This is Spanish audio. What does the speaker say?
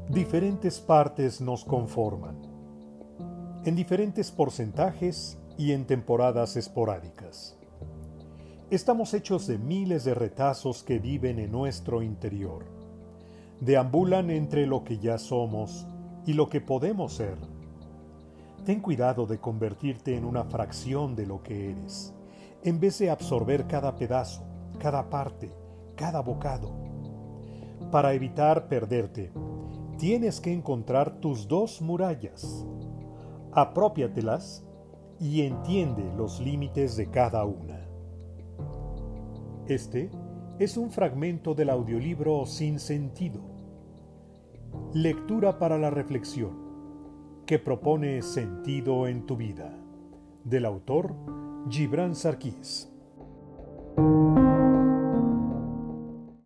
Diferentes partes nos conforman, en diferentes porcentajes y en temporadas esporádicas. Estamos hechos de miles de retazos que viven en nuestro interior. Deambulan entre lo que ya somos y lo que podemos ser. Ten cuidado de convertirte en una fracción de lo que eres, en vez de absorber cada pedazo, cada parte, cada bocado. Para evitar perderte, tienes que encontrar tus dos murallas. Apropiatelas y entiende los límites de cada una. Este es un fragmento del audiolibro Sin Sentido. Lectura para la reflexión, que propone sentido en tu vida, del autor Gibran Sarkis.